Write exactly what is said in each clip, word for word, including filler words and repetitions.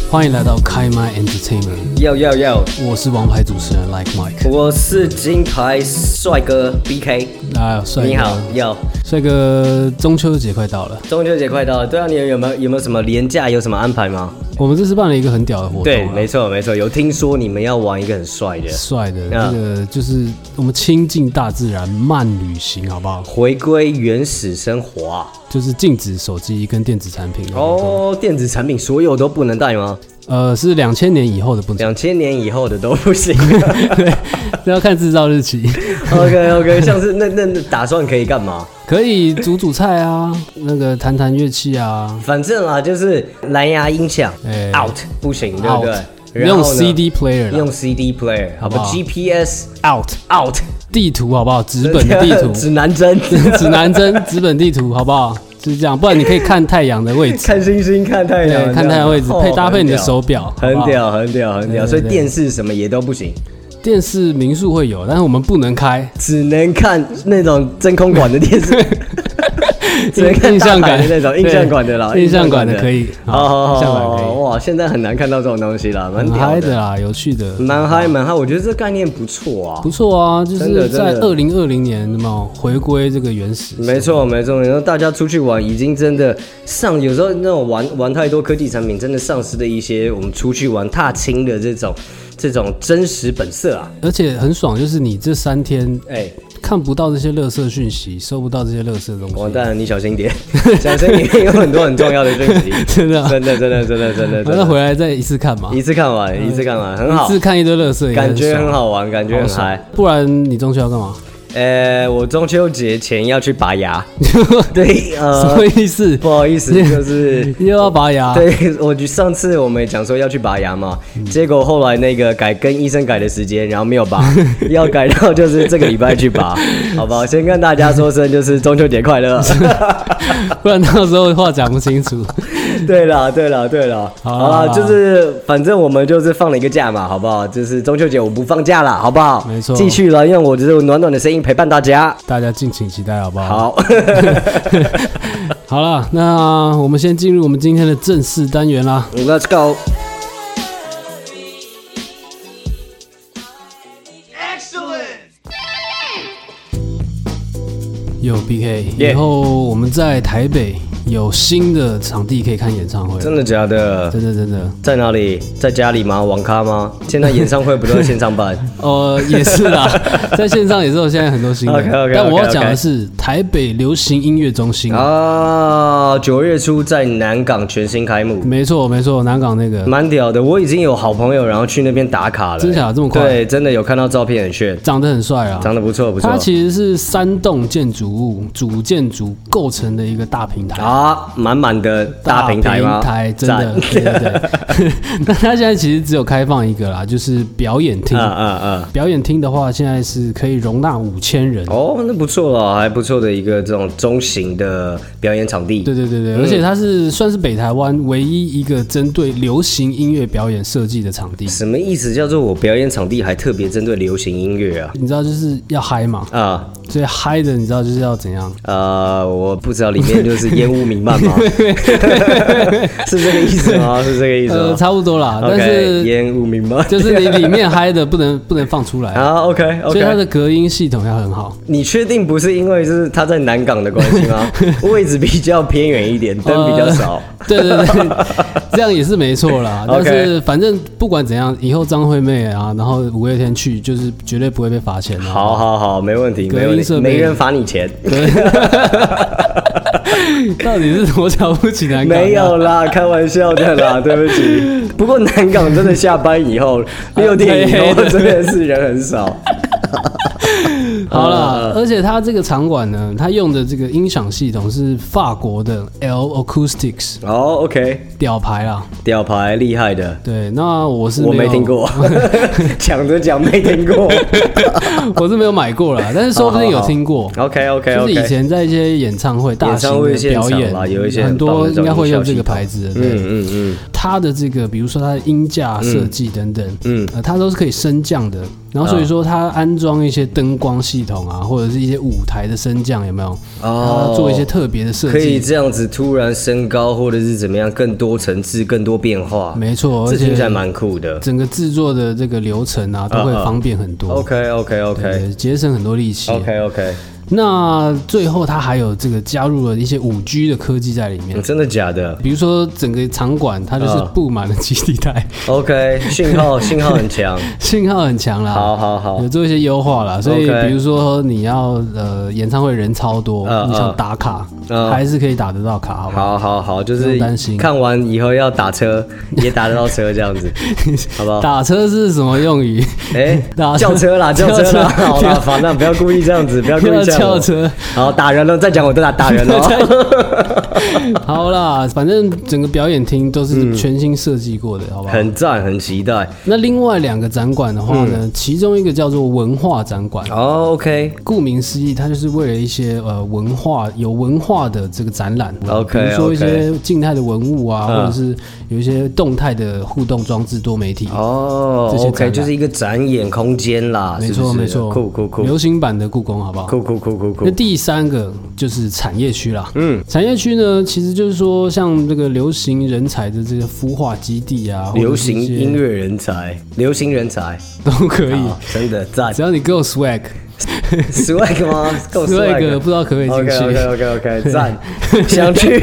欢迎来到开麦 Entertainment。 要要要， 我是王牌主持人 Like Mike， 我是金牌帅哥 B K。 啊，帅哥， 你好，要帅哥，中秋节快到了， 中秋节快到了，对啊，你有没有有没有什么连假，有什么安排吗？ 我们这次办了一个很屌的活动、啊， 对，没错没错，有听说你们要玩一个很帅的， 帅的， 啊、 这个就是我们亲近大自然，慢旅行，好不好？ 回归原始生活、啊， 就是禁止手机跟电子产品哦，电子产品所有都不能带吗？ 呃，是两千年以后的不能， 两千年以后的都不行。 对，这要看制造日期。 OK OK， 像是那那那打算可以干嘛？ 可以煮煮菜啊，那个弹弹乐器啊， 反正啦，就是蓝牙音响、欸、out 不行，对不对？ 用 C D player， 用 C D player， 好不好 ？G P S out out， 地图好不好？纸本的地图， 指南针， 指南针，纸本地图好不好？就是这样，不然你可以看太阳的位置， 看星星，看太阳， 看太阳位置，配搭配你的手表， 很屌，很屌，很屌。所以电视什么也都不行。 电视民宿会有，但是我们不能开， 只能看那种真空管的电视。只能看印象感的那种印象馆的啦， 印象馆的可以， 好好好， 印象馆可以。 哇，现在很难看到这种东西啦，蛮嗨的啦，有趣的， 蛮嗨蛮嗨。我觉得这概念不错啊， 不错啊，就是在二零二零年嘛，回归这个原始。 没错没错，然后大家出去玩已经真的上，有时候那种玩玩太多科技产品，真的丧失了一些我们出去玩踏青的这种这种真实本色啊。 而且很爽，就是你这三天， 哎、欸。 看不到这些垃圾讯息，收不到这些垃圾的东西。 完蛋了，你小心点，小心里面有很多很重要的讯息。 真的、啊， 真的，真的，真的，真的。 那回来再一次看嘛， 一次看完，一次看完，很好。 一次看一堆垃圾， 感觉很好玩，感觉很嗨。 不然你中秋要干嘛？ 呃，我中秋节前要去拔牙。对，呃， 什么意思？ 不好意思，就是又要拔牙。 对，我上次我们讲说要去拔牙嘛，嗯、结果后来那个改跟医生改的时间，然后没有拔，要改到就是这个礼拜去拔，好不好？先跟大家说声就是中秋节快乐， 不然到时候话讲不清楚。 对啦，对啦，对啦，好啦，就是反正我们就是放了一个假嘛，好不好？就是中秋节我不放假啦，好不好？ 没错， 继续了，用我这种暖暖的声音陪伴大家， 大家敬请期待，好不好？ 好， 好了，那我们先进入我们今天的正式单元啦 ，Let's go。 有 B K， yeah. 以后我们在台北有新的场地可以看演唱会， 真的假的？ 真的真的。 在哪里？在家里吗？网咖吗？现在演唱会不都在线上办？ 呃，也是啦，在线上也是有现在很多新的。 okay, okay, 但我要讲的是台北流行音乐中心啊，九月初在南港全新开幕。 没错没错，南港那个蛮屌的，我已经有好朋友然后去那边打卡了。 真假这么快？ 对，真的有看到照片，很炫， 长得很帅啊， 长得不错不错。 它其实是三栋建筑物主建筑构成的一个大平台啊，满满的大平台吗？ 大平台真的，对对对。那它现在其实只有开放一个啦，就是表演厅。 嗯嗯嗯。 表演厅的话，现在是可以容纳五千人。 哦，那不错了，还不错的一个这种中型的表演场地。 对对对对，嗯、而且它是算是北台湾唯一一个针对流行音乐表演设计的场地。 什么意思？叫做我表演场地还特别针对流行音乐啊？ 你知道就是要嗨嘛？啊。所以嗨的，你知道就是要怎样？ 呃，我不知道里面就是烟雾弥漫吗？是这个意思吗？是这个意思吗？ 呃，差不多啦。 Okay, 但是烟雾弥漫， 就是你里面嗨的不能不能放出来啊。OK OK， 所以它的隔音系统要很好。 你确定不是因为就是它在南港的关系吗？位置比较偏远一点，灯比较少。呃、 对对对，这样也是没错啦。但是反正不管怎样，以后张惠妹啊，然后五月天去，就是绝对不会被罚钱的。 好好好，没问题，没问题。没人罚你钱。 到底是多瞧不起南港、啊？ 没有啦，开玩笑的啦，对不起。不过南港真的下班以后六点以后真的是人很少。 好啦，而且它这个场馆呢，它用的这个音响系统是法国的 L Acoustics。 哦 ，OK， 屌牌啦， 屌牌厉害的。 对，那我是我没听过，抢着讲没听过， 我是没有买过啦，但是说不定有听过。 OK OK OK， 就是以前在一些演唱会、大型的表演啦，有一些很多应该会用这个牌子的。对， 嗯嗯嗯， 它的这个，比如说它的音架设计等等，嗯，呃，它都是可以升降的。然后所以说它安装一些灯光系系统啊，或者是一些舞台的升降，有没有？ 哦， 做一些特别的设计， 可以这样子突然升高，或者是怎么样，更多层次、更多变化。 没错， 这听起来蛮酷的。 整个制作的这个流程啊，都会方便很多。 Uh, uh. OK OK OK， 节省很多力气。 OK OK。 那最后它还有这个加入了一些 五 G 的科技在里面。 嗯、真的假的？ 比如说整个场馆它就是布满了基地台。 Uh. OK， 讯号信号很强， 信号很强啦。 好好好， 有做一些优化啦。所以比如说你要呃演唱会人超多， uh, 你想打卡。Uh. 还是可以打得到卡，好不好？ 好好好，就是担心看完以后要打车也打得到车这样子，好不好？ 打车是什么用语？ 哎、欸，叫车啦，叫车啦，好啦，反正不要故意这样子，不要故意这样。 叫车， 好，打人了，再讲我都打打人了。 好啦，反正整个表演厅都是全新设计过的，嗯、好不好？ 很赞，很期待。 那另外两个展馆的话呢，嗯、其中一个叫做文化展馆。 哦 ，OK， 顾名思义，它就是为了一些呃文化有文化的这个展览 ，OK， 比如说一些静态的文物啊， okay. 或者是有一些动态的互动装置、多媒体哦，这些 OK， 就是一个展演空间啦， 没错没错， 酷酷酷， 流行版的故宫，好不好？ 酷酷酷酷酷。 那第三个就是产业区啦， 嗯， 产业区呢，其实就是说像这个流行人才的这个孵化基地啊， 流行音乐人才、流行人才都可以， 真的赞， 只要你够 swag。 swag 吗？够 swag， 不知道可不可以进去 ？OK OK OK OK， 赞，想去。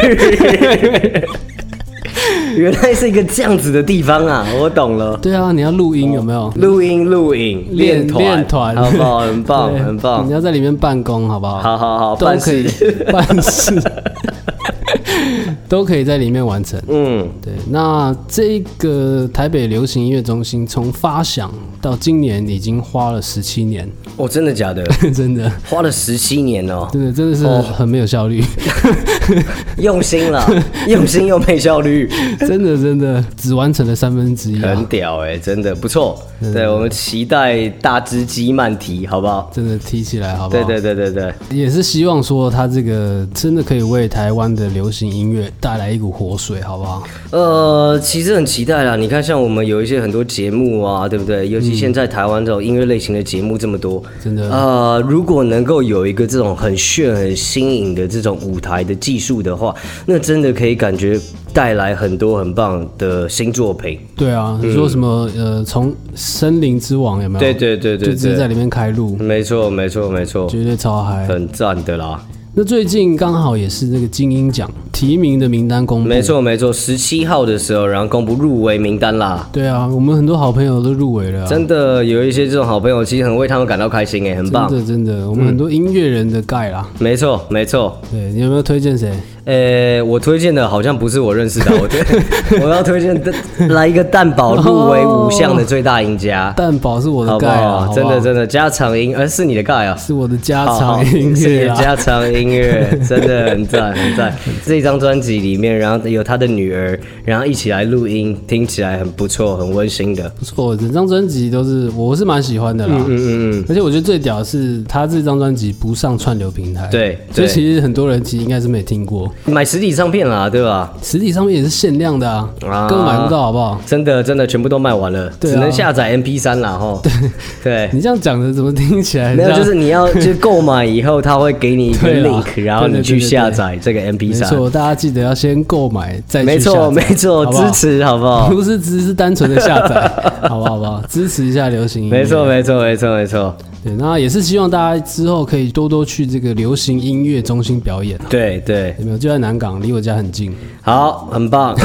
原来是一个这样子的地方啊，我懂了。 对啊，你要录音有没有？ 录音、录影、练团、 练团， 好不好？很棒，很棒。 你要在里面办公，好不好？ 好好好， 都可以办事。都可以在里面完成。嗯，对。那这个台北流行音乐中心从发想到今年已经花了十七年。 哦，真的假的？ 真的花了十七年哦。 真的真的是很没有效率。 用心啦，用心又没效率。 真的真的只完成了三分之一。 很屌哎、欸，真的不错。对，我们期待大只鸡慢提，好不好？ 真的提起来，好不好？ 对对对对对， 也是希望说他这个真的可以为台湾的流行音乐带来一股活水，好不好？ 呃，其实很期待啦。你看，像我们有一些很多节目啊，对不对？尤其现在台湾这种音乐类型的节目这么多， 真的。 呃，如果能够有一个这种很炫、很新颖的这种舞台的技术的话，那真的可以感觉带来很多很棒的新作品。 对啊，你说什么？嗯、呃，从森林之王有没有？ 对对对 对, 对， 就直接在里面开录。 没错没错没错， 绝对超嗨， 很赞的啦。 那最近刚好也是这个金鹰奖提名的名单公布， 没错没错，十七号的时候，然后公布入围名单啦。 对啊，我们很多好朋友都入围了、啊， 真的有一些这种好朋友，其实很为他们感到开心哎，很棒。 真的真的，我们很多音乐人的盖啦。 嗯、没错没错。 对，你有没有推荐谁？ 呃，我推荐的好像不是我认识的，我我要推荐来一个蛋堡入围五项的最大赢家。 蛋堡是我的盖啊， 真的真的家常音，呃，是你的盖啊， 是我的家常音乐， 是你的家常音乐，真的很赞很赞。这张专辑里面，然后有他的女儿，然后一起来录音，听起来很不错，很温馨的。 不错，整张专辑都是我是蛮喜欢的啦。嗯嗯嗯。而且我觉得最屌的是他这张专辑不上串流平台， 对， 所以其实很多人其实应该是没听过。 买实体唱片啦，对吧？ 实体唱片也是限量的啊，啊根本买不到，好不好？ 真的真的全部都卖完了， 对啊、 只能下载 M P 三 啦，吼。对对， 你这样讲的怎么听起来？ 没有，就是你要就购买以后，他会给你一个 link， 然后你去下载这个 M P 三。 没错，大家记得要先购买再去下载。 没错没错，支持好不好？ 不是只是单纯的下载，好不好？好不好？支持一下流行音乐。 没错没错没错没错。 对，那也是希望大家之后可以多多去这个流行音乐中心表演、啊。 对对， 有没有？就在南港，离我家很近。 好，很棒。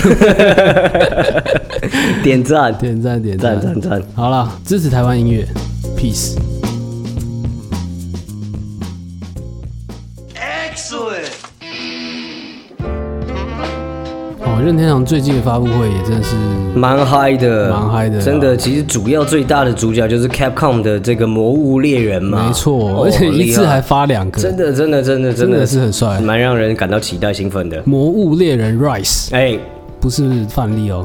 点赞， 点赞，点赞， 赞赞赞！ 好啦，支持台湾音乐 ，peace。任天堂最近的发布会也真的是蛮嗨的， 蛮嗨的， 真的。其实主要最大的主角就是 Capcom 的这个魔物猎人嘛， 没错，哦、而且一次还发两个， 真的，真的，真的， 真的是很帅， 蛮让人感到期待、兴奋的。 魔物猎人 Rise， 哎、欸， 不是范例哦。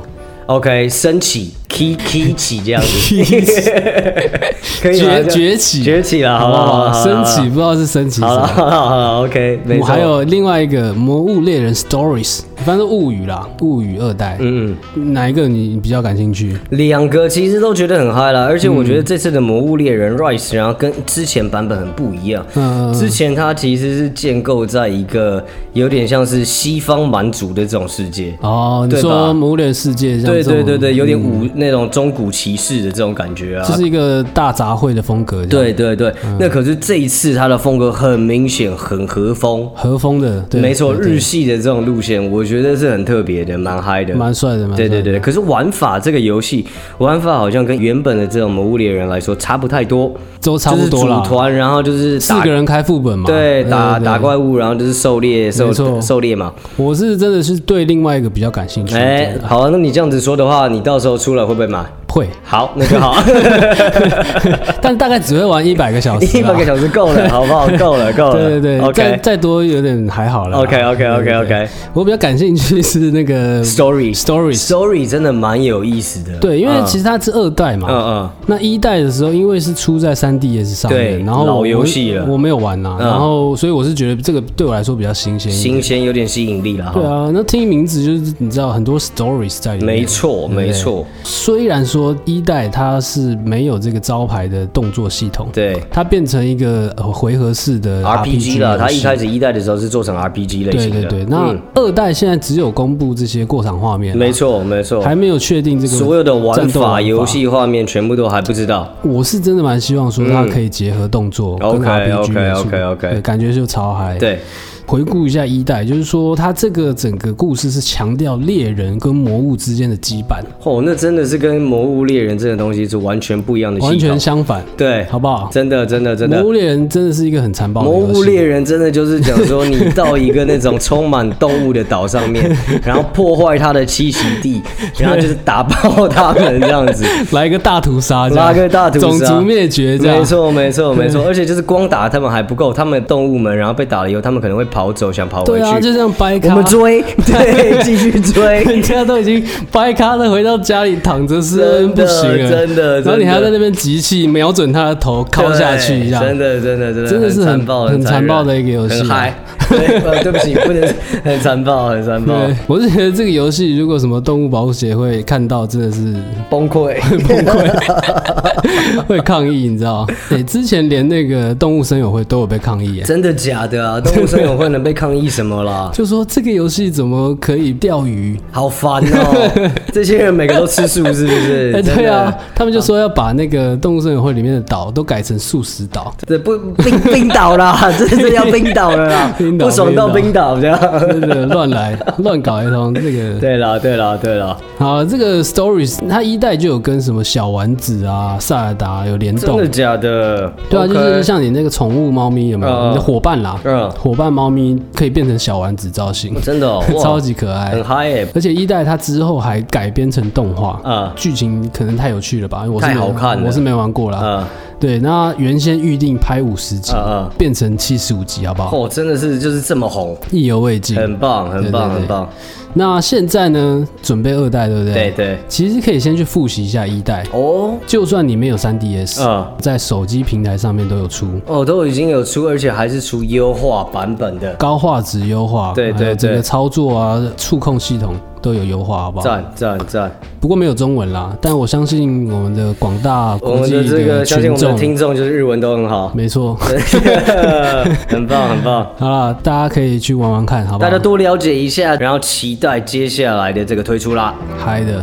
OK， 升起 ，key key 起这样子，可以崛崛起， 崛起了，好不好？ 升起不知道是升起什么。 好了，好了，好了 ，OK， 没错。 还有另外一个《魔物猎人 Stories》，反正物语啦，物语二代。嗯嗯，哪一个你比较感兴趣？ 两个其实都觉得很嗨啦，而且我觉得这次的《魔物猎人 Rise》，然后跟之前版本很不一样。嗯，之前它其实是建构在一个有点像是西方蛮族的这种世界。 哦，你说《魔物猎人世界》这样？ 对对对对，有点武、嗯、那种中古骑士的这种感觉啊， 就是一个大杂烩的风格。 对对对、嗯，那可是这一次它的风格很明显，很和风， 和风的，对， 没错，日系的这种路线，我觉得是很特别的，蛮嗨的， 蛮帅的， 对对对。可是玩法这个游戏玩法好像跟原本的这种魔物猎人来说差不太多， 都差不多啦。 就是组团，然后就是四个人开副本嘛， 对，打对对对打怪物，然后就是狩猎，狩狩猎嘛。 我是真的是对另外一个比较感兴趣。 哎、欸，好、啊，那你这样子说的话，你到时候出了会不会买？ 会。 好，那就好。 但大概只会玩一百个小时， 一百个小时够了，好不好？够了，够了。 对对对， okay. 再再多有点还好了。 OK OK OK OK。 我比较感兴趣是那个 story story story 真的蛮有意思的。 对，因为其实它是二代嘛。嗯嗯。那一代的时候，因为是出在 三 D S 上面，然后老游戏了， 我没有玩呐、啊嗯，然后所以我是觉得这个对我来说比较新鲜， 新鲜有点吸引力了。 对啊，那听名字就是你知道很多 stories 在里面。 没错没错。 虽然说一代它是没有这个招牌的动作系统， 对， 它变成一个回合式的 R P G 了。它一开始一代的时候是做成 R P G 类型的， 对对对。那、嗯、二代现在只有公布这些过场画面， 没错没错， 还没有确定这个所有的玩法、游戏画面全部都还不知道。 我是真的蛮希望说它可以结合动作跟 R P G 元素 OK OK OK OK， 感觉就超嗨。 对。 回顾一下一代，就是说它这个整个故事是强调猎人跟魔物之间的羁绊。 哦，那真的是跟魔物猎人这个东西是完全不一样的系统， 完全相反， 对， 好不好？ 真的，真的，真的。 魔物猎人真的是一个很残暴的游戏。 魔物猎人真的就是讲说，你到一个那种充满动物的岛上面，然后破坏它的栖息地，然后就是打爆他们这样子， 来个大屠杀， 来个大屠杀， 种族灭绝这样。 没错，没错，没错。而且就是光打他们还不够，他们的动物们，然后被打了以后，他们可能会跑走，想跑回去。 对啊，就这样掰咖。 我们追，对，继续追。 人家都已经掰咖的回到家里躺着是不行了， 真的。 然后你还要在那边集气，瞄准他的头敲下去，一下。 真的，真的，真的， 真的是很残暴、 很残暴的一个游戏。 很嗨。对，对不起，不能很残暴，很残暴。 我是觉得这个游戏，如果什么动物保护协会看到，真的是崩溃， 崩溃，会抗议，你知道？对，之前连那个动物森友会都有被抗议。 真的假的啊？动物森友会能被抗议什么啦？ 就说这个游戏怎么可以钓鱼？ 好烦哦！这些人每个都吃素，是不是？ 哎，对啊，他们就说要把那个动物森友会里面的岛都改成素食岛。 这不冰冰岛啦，这是要冰岛了啦，不爽到冰岛这样， 真的乱来乱搞一通。这个对啦，对啦，对啦。 好，这个 Stories 它一代就有跟什么小丸子啊、萨尔达有联动， 真的假的？ 对啊，就是像你那个宠物猫咪有没有？你的伙伴啦，嗯，伙伴猫咪可以变成小丸子造型， 真的哦， 超级可爱， 很嗨耶！ 而且一代它之后还改编成动画，啊，剧情可能太有趣了吧？我是太好看了， 我是没玩过啦。啊，对，那原先预定拍五十集，啊，变成七十五集，好不好？ 哦，真的是就是这么红， 意犹未尽， 很棒，很棒，很棒。 那现在呢？准备二代，对不对？ 对对。 其实可以先去复习一下一代哦。就算你没有 三 D S， 嗯，在手机平台上面都有出哦，都已经有出，而且还是出优化版本的， 高画质优化， 对对对， 整个操作啊、触控系统都有优化，好不好？ 赞赞赞！ 不过没有中文啦，但我相信我们的广大我们的这个相信我们的听众就是日文都很好， 没错， 很棒很棒。 好啦，大家可以去玩玩看，好不好？ 大家多了解一下，然后期待接下来的这个推出啦， 嗨的。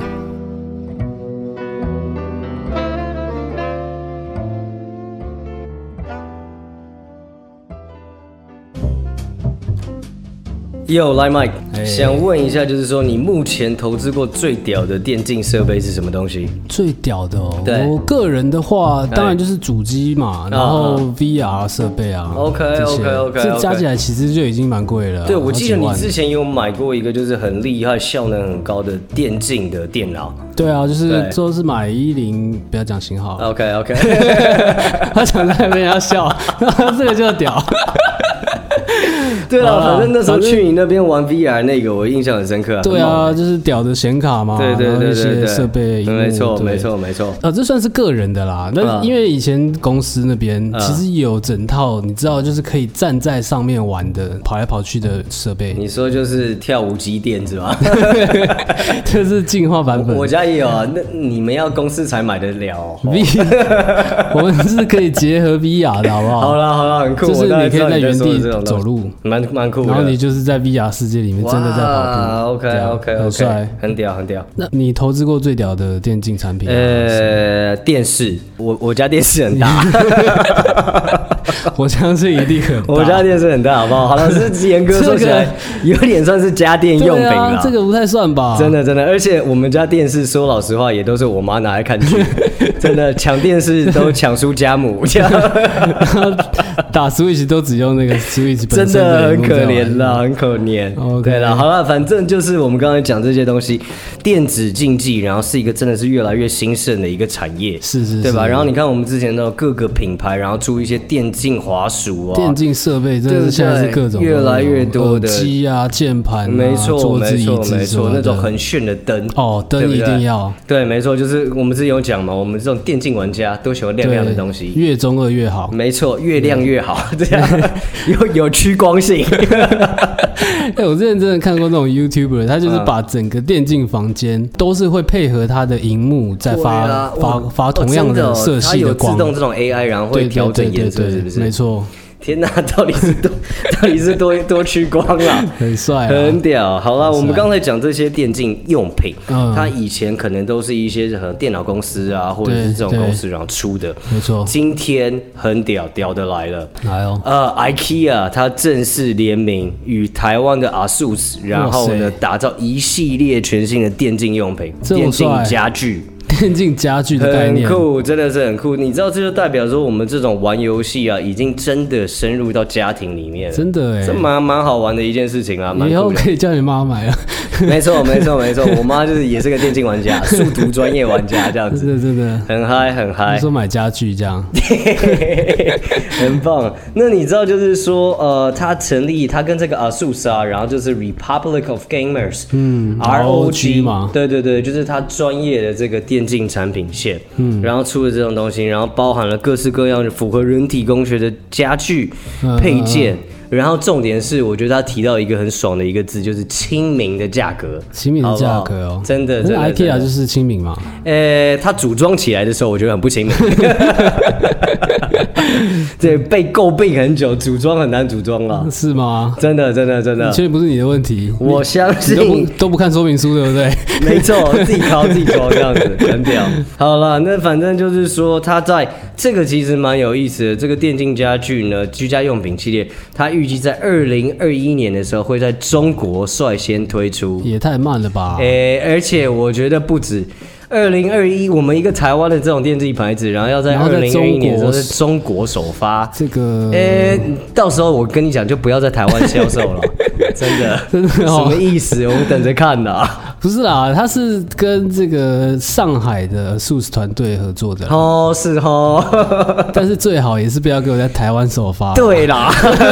Yo， 来 Mike，、欸、想问一下，就是说你目前投资过最屌的电竞设备是什么东西？ 最屌的哦， 对， 我个人的话，当然就是主机嘛，然后 V R 设备啊 ，OK OK OK， 这加起来其实就已经蛮贵了。 对，我记得你之前有买过一个就是很厉害、效能很高的电竞的电脑。 对啊，就是说是买一零，不要讲型号。 OK OK， 他讲在那边要笑，这个就屌。 对了，反正那时候去你那边玩 V R 那个，我印象很深刻、啊。 对啊，就是屌的显卡嘛， 对对对对对， 设备， 没错没错没错。 啊，这算是个人的啦。那因为以前公司那边其实有整套，你知道，就是可以站在上面玩的，跑来跑去的设备。 你说就是跳舞机垫是吧？ 这是进化版本。 我, 我家也有啊，那你们要公司才买得了、哦。 V， 我们是可以结合 V R 的，好不好？ 好啦好啦，很酷， 就是你可以在原地走路， 蛮蛮酷的。 然后你就是在 V R 世界里面真的在跑步。 OK OK OK， 很帅， 很屌很屌。 那你投资过最屌的电竞产品？ 呃，电视，我我家电视很大。 我相信一定很大。 我家电视很大，好不好？好了，是严格说起来，有点算是家电用品啦、 啊。这个不太算吧？ 真的真的，而且我们家电视说老实话，也都是我妈拿来看剧。真的抢电视都抢输家母，这样打 Switch 都只用那个 Switch 本身真的很可怜啦，很可怜。Okay. 对啦，好了，反正就是我们刚才讲这些东西，电子竞技，然后是一个真的是越来越兴盛的一个产业， 是是是， 对吧？然后你看我们之前的各个品牌，然后出一些电竞滑鼠啊， 电竞设备，真的是现在是各种越来越多的耳机啊、键盘、啊， 没错没错没错，那种很很炫的灯哦，灯一定要对，没错，就是我们之前有讲嘛，我们这种电竞玩家都喜欢亮亮的东西， 越中二越好， 没错，越亮越好，这样有有趋光性。 哎、欸，我之前真的看过那种 YouTuber， 他就是把整个电竞房间都是会配合他的荧幕在发、啊、发发同样的色系的光， 它有自动这种 A I， 然后会调整颜色，是不是？ 没错。 天哪，到底是多到底是多多趋光啦， 很帅、啊， 很屌。好啦，我们刚才讲这些电竞用品，嗯，它以前可能都是一些和电脑公司啊，或者是这种公司然后出的， 没错。 今天很屌，屌的来了， 来哦。 呃 ，IKEA 它正式联名与台湾的 ASUS， 然后呢，打造一系列全新的电竞用品、电竞家具。 电竞家具的概念很酷，真的是很酷。你知道，这就代表说我们这种玩游戏啊，已经真的深入到家庭里面了。 真的哎， 这蛮蛮好玩的一件事情啊。 以后可以叫你妈买了。 没错，没错，没错。我妈就是也是个电竞玩家，速读专业玩家这样子。 真的真的很嗨，很嗨。 说买家具这样， 很棒。那你知道，就是说，呃，他成立，他跟这个 ASUS 啊，然后就是 Republic of Gamers， 嗯 ，R O G 嘛，对对对，就是他专业的这个电竞产品线，嗯，然后出了这种东西，然后包含了各式各样的符合人体工学的家具、嗯、配件。然后重点是，我觉得他提到一个很爽的一个字，就是亲民的价格。 亲民的价格哦， 好好真的，真的。 IKEA 就是亲民嘛。 呃，它组装起来的时候，我觉得很不亲民。对，被诟病很久，组装很难组装啊。 是吗？ 真的，真的，真的。 确实不是你的问题， 我相信。 都不都不看说明书，对不对？ 没错，自己敲自己装这样子，很屌。好了，那反正就是说，它在这个其实蛮有意思的。这个电竞家具呢，居家用品系列，它预计在二零二一年的时候会在中国率先推出， 也太慢了吧？ 诶、欸，而且我觉得不止。二零二一，我们一个台湾的这种电竞牌子，然后要在二零二一年的时候在中国首发， 这个， 诶、欸，到时候我跟你讲，就不要在台湾销售了，真的， 真的、哦， 什么意思？我们等着看呐。 不是啦，他是跟这个上海的ASUS团队合作的哦，是哦， 但是最好也是不要给我在台湾首发。 对啦。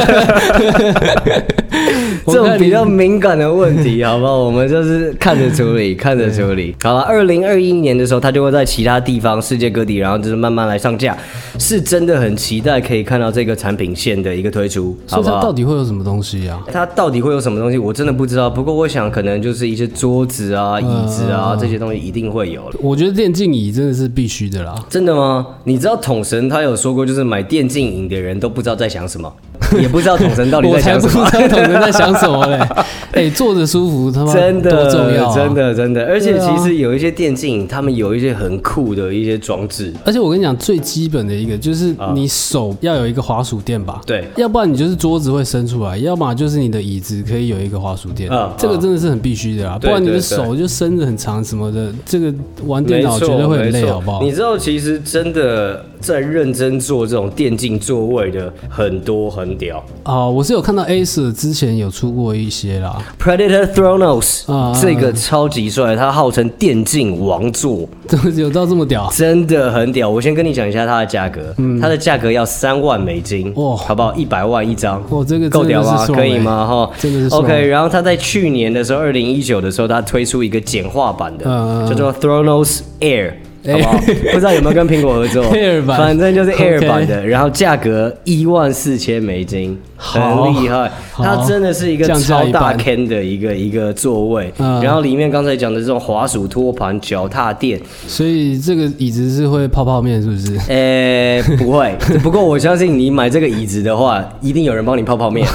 这种比较敏感的问题，好不好？我们就是看着处理，看着处理。好了，二零二一年的时候，它就会在其他地方、世界各地，然后就是慢慢来上架。是真的很期待可以看到这个产品线的一个推出，好不好？ 所以它到底会有什么东西啊？ 它到底会有什么东西？我真的不知道。不过我想，可能就是一些桌子啊、椅子啊、呃、这些东西一定会有。 我觉得电竞椅真的是必须的啦。 真的吗？你知道统神他有说过，就是买电竞椅的人都不知道在想什么。也不知道统神到底在想什么， 我才不知道统神在想什么嘞！哎、欸，坐着舒服，他妈真的多重要、啊， 真的真的。而且其实有一些电竞，他们有一些很酷的一些装置。 而且我跟你讲，最基本的一个就是你手要有一个滑鼠垫吧， 对， 要不然你就是桌子会伸出来，要么就是你的椅子可以有一个滑鼠垫，嗯、这个真的是很必须的啦，不然你的手就伸着很长什么的，这个玩电脑绝对会很累，好不好？ 你知道，其实真的在认真做这种电竞座位的很多很多。 屌哦。我是有看到 Acer 之前有出过一些啦 ，Predator Thronos、啊、这个超级帅，它号称电竞王座， 有到这么屌， 真的很屌。我先跟你讲一下它的价格，嗯、它的价格要三万美金，哇，好不好？一百万一张， 哇，这个够屌吗？可以吗？哈， 真的是 OK。然后它在去年的时候，二零一九的时候，它推出一个简化版的，嗯、叫做 Thronos Air。好不好？不知道有没有跟苹果合作 ？Air 版， 反正就是 Air 版的， okay. 然后价格一万四千美金，很厉害。它真的是一个超大 can 的一个一个座位，嗯、然后里面刚才讲的这种滑鼠托盘、脚踏垫， 所以这个椅子是会泡泡面，是不是？ 呃、欸，不会。不过我相信你买这个椅子的话，一定有人帮你泡泡面。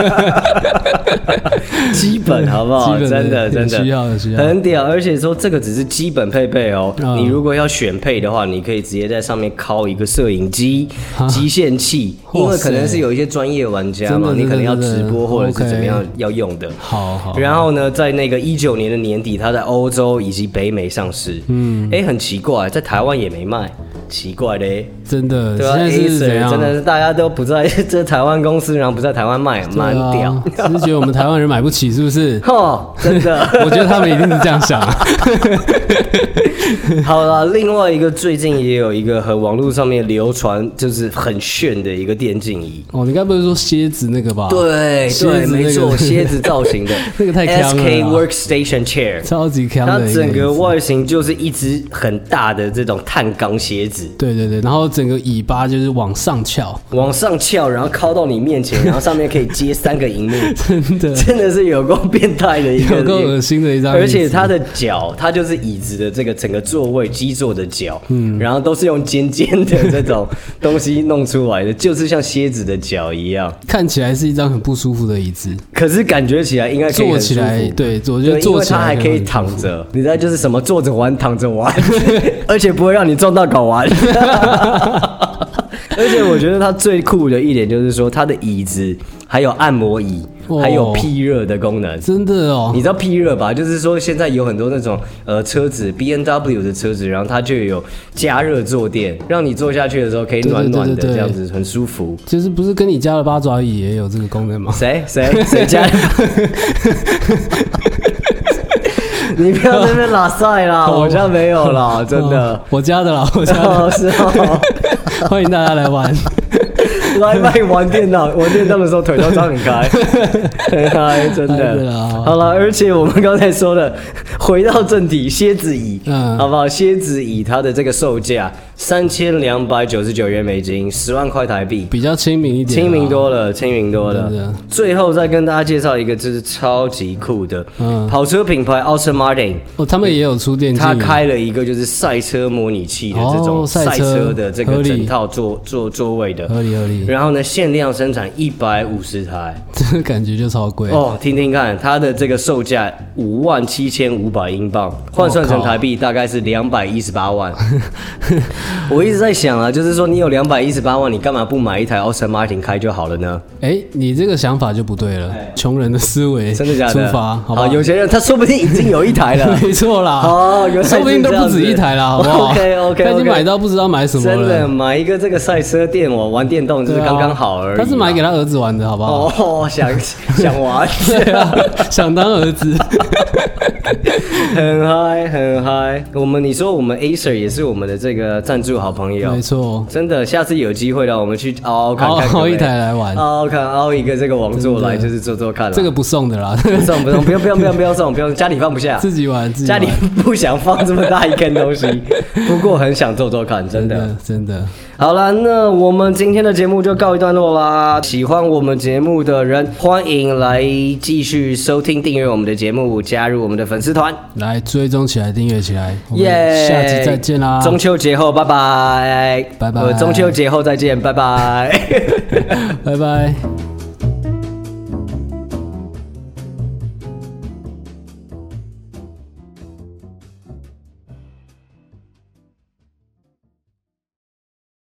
基本好不好？真的真的需要的需要， 很屌。而且说这个只是基本配备哦，嗯、你如果要选配的话，你可以直接在上面拷一个摄影机、极限器，因为可能是有一些专业玩家嘛，你可能要直播或者是怎么样要用的。 好好。 然后呢，在那个一九年的年底，它在欧洲以及北美上市。嗯，哎，很奇怪，在台湾也没卖。奇怪嘞， 真的， 对啊 ，Acer 真的是大家都不在这台湾公司，然后不在台湾卖，蛮屌。 只是觉得我们台湾人买不起，是不是？ 哦，真的， 我觉得他们一定是这样想、啊。 好啦，另外一个最近也有一个和网络上面流传就是很炫的一个电竞仪。 哦，你该不是说蝎子那个吧？ 对对，没错，蝎子造型的， 那个太强了。 S K Workstation Chair， 超级强的。 它整个外形就是一只很大的这种碳钢蝎子。 对对对，然后整个尾巴就是往上翘， 往上翘，然后靠到你面前，然后上面可以接三个荧幕， 真的真的是有够变态的一个， 有够恶心的一张。 而且它的脚，它就是椅子的这个整个座位基座的脚，嗯，然后都是用尖尖的这种东西弄出来的，就是像蝎子的脚一样， 看起来是一张很不舒服的椅子， 可是感觉起来应该可以坐起来，对，我觉得坐起来它还可以躺着，你知道就是什么坐着玩，躺着玩，而且不会让你撞到睾丸。而且我觉得它最酷的一点就是说，它的椅子还有按摩椅，哦、还有避热的功能。 真的哦， 你知道避热吧？就是说现在有很多那种呃车子 ，B M W 的车子，然后它就有加热坐垫，让你坐下去的时候可以暖暖的，这样子很舒服。 就是不是跟你家的八爪椅也有这个功能吗？ 谁谁谁家的？你不要在那边拉塞啦，我家没有啦，真的。 哦、我家的啦，我家的。 哦，是哦。 欢迎大家来玩。 来卖玩电脑，玩电脑的时候腿都张很开，很嗨，真的。好了，而且我们刚才说的，回到正题，蝎子椅，嗯，好不好？蝎子椅它的这个售价三千两百九十九元美金，十万块台币， 比较亲民一点， 亲民多了，亲民多了。最后再跟大家介绍一个，就是超级酷的，嗯，跑车品牌 Aston Martin， 哦， 他们也有出电竞， 他开了一个就是赛车模拟器的这种赛车的这个整套座座座位的， 合理合理。 然后呢，限量生产一百五十台， 这个感觉就超贵哦。听听看，它的这个售价五万七千五百英镑，换算成台币大概是两百一十八万。我一直在想啊，就是说你有两百一十八万，你干嘛不买一台 Aston Martin 开就好了呢？ 哎，你这个想法就不对了，穷人的思维， 真的假的？ 出发，好吧？ 有钱人他说不定已经有一台了， 没错啦。 哦，有说不定都不止一台啦，好不好 ？OK OK， 他已经买到不知道买什么了。 真的买一个这个赛车店，我玩电动就是刚刚好而已。 他是买给他儿子玩的，好不好？ 哦，想想玩， 对啊，想当儿子， 很嗨很嗨。我们你说我们 Acer 也是我们的这个赞助好朋友， 没错， 真的，下次有机会了，我们去凹凹看看， 凹一台来玩， 凹凹看凹一个这个王座来，就是做做看。 这个不送的啦， 不送不送，不用不用不用不用送，不用，家里放不下， 自己玩，自己玩，家里不想放这么大一根东西，不过很想做做看，真的真的。 好啦，那我们今天的节目就告一段落啦。喜欢我们节目的人，欢迎来继续收听、订阅我们的节目，加入我们的粉丝团， 来追踪起来、订阅起来。耶！ Yeah, 下集再见啦！ 中秋节后，拜拜， 拜拜。 中秋节后再见，拜拜， 拜拜。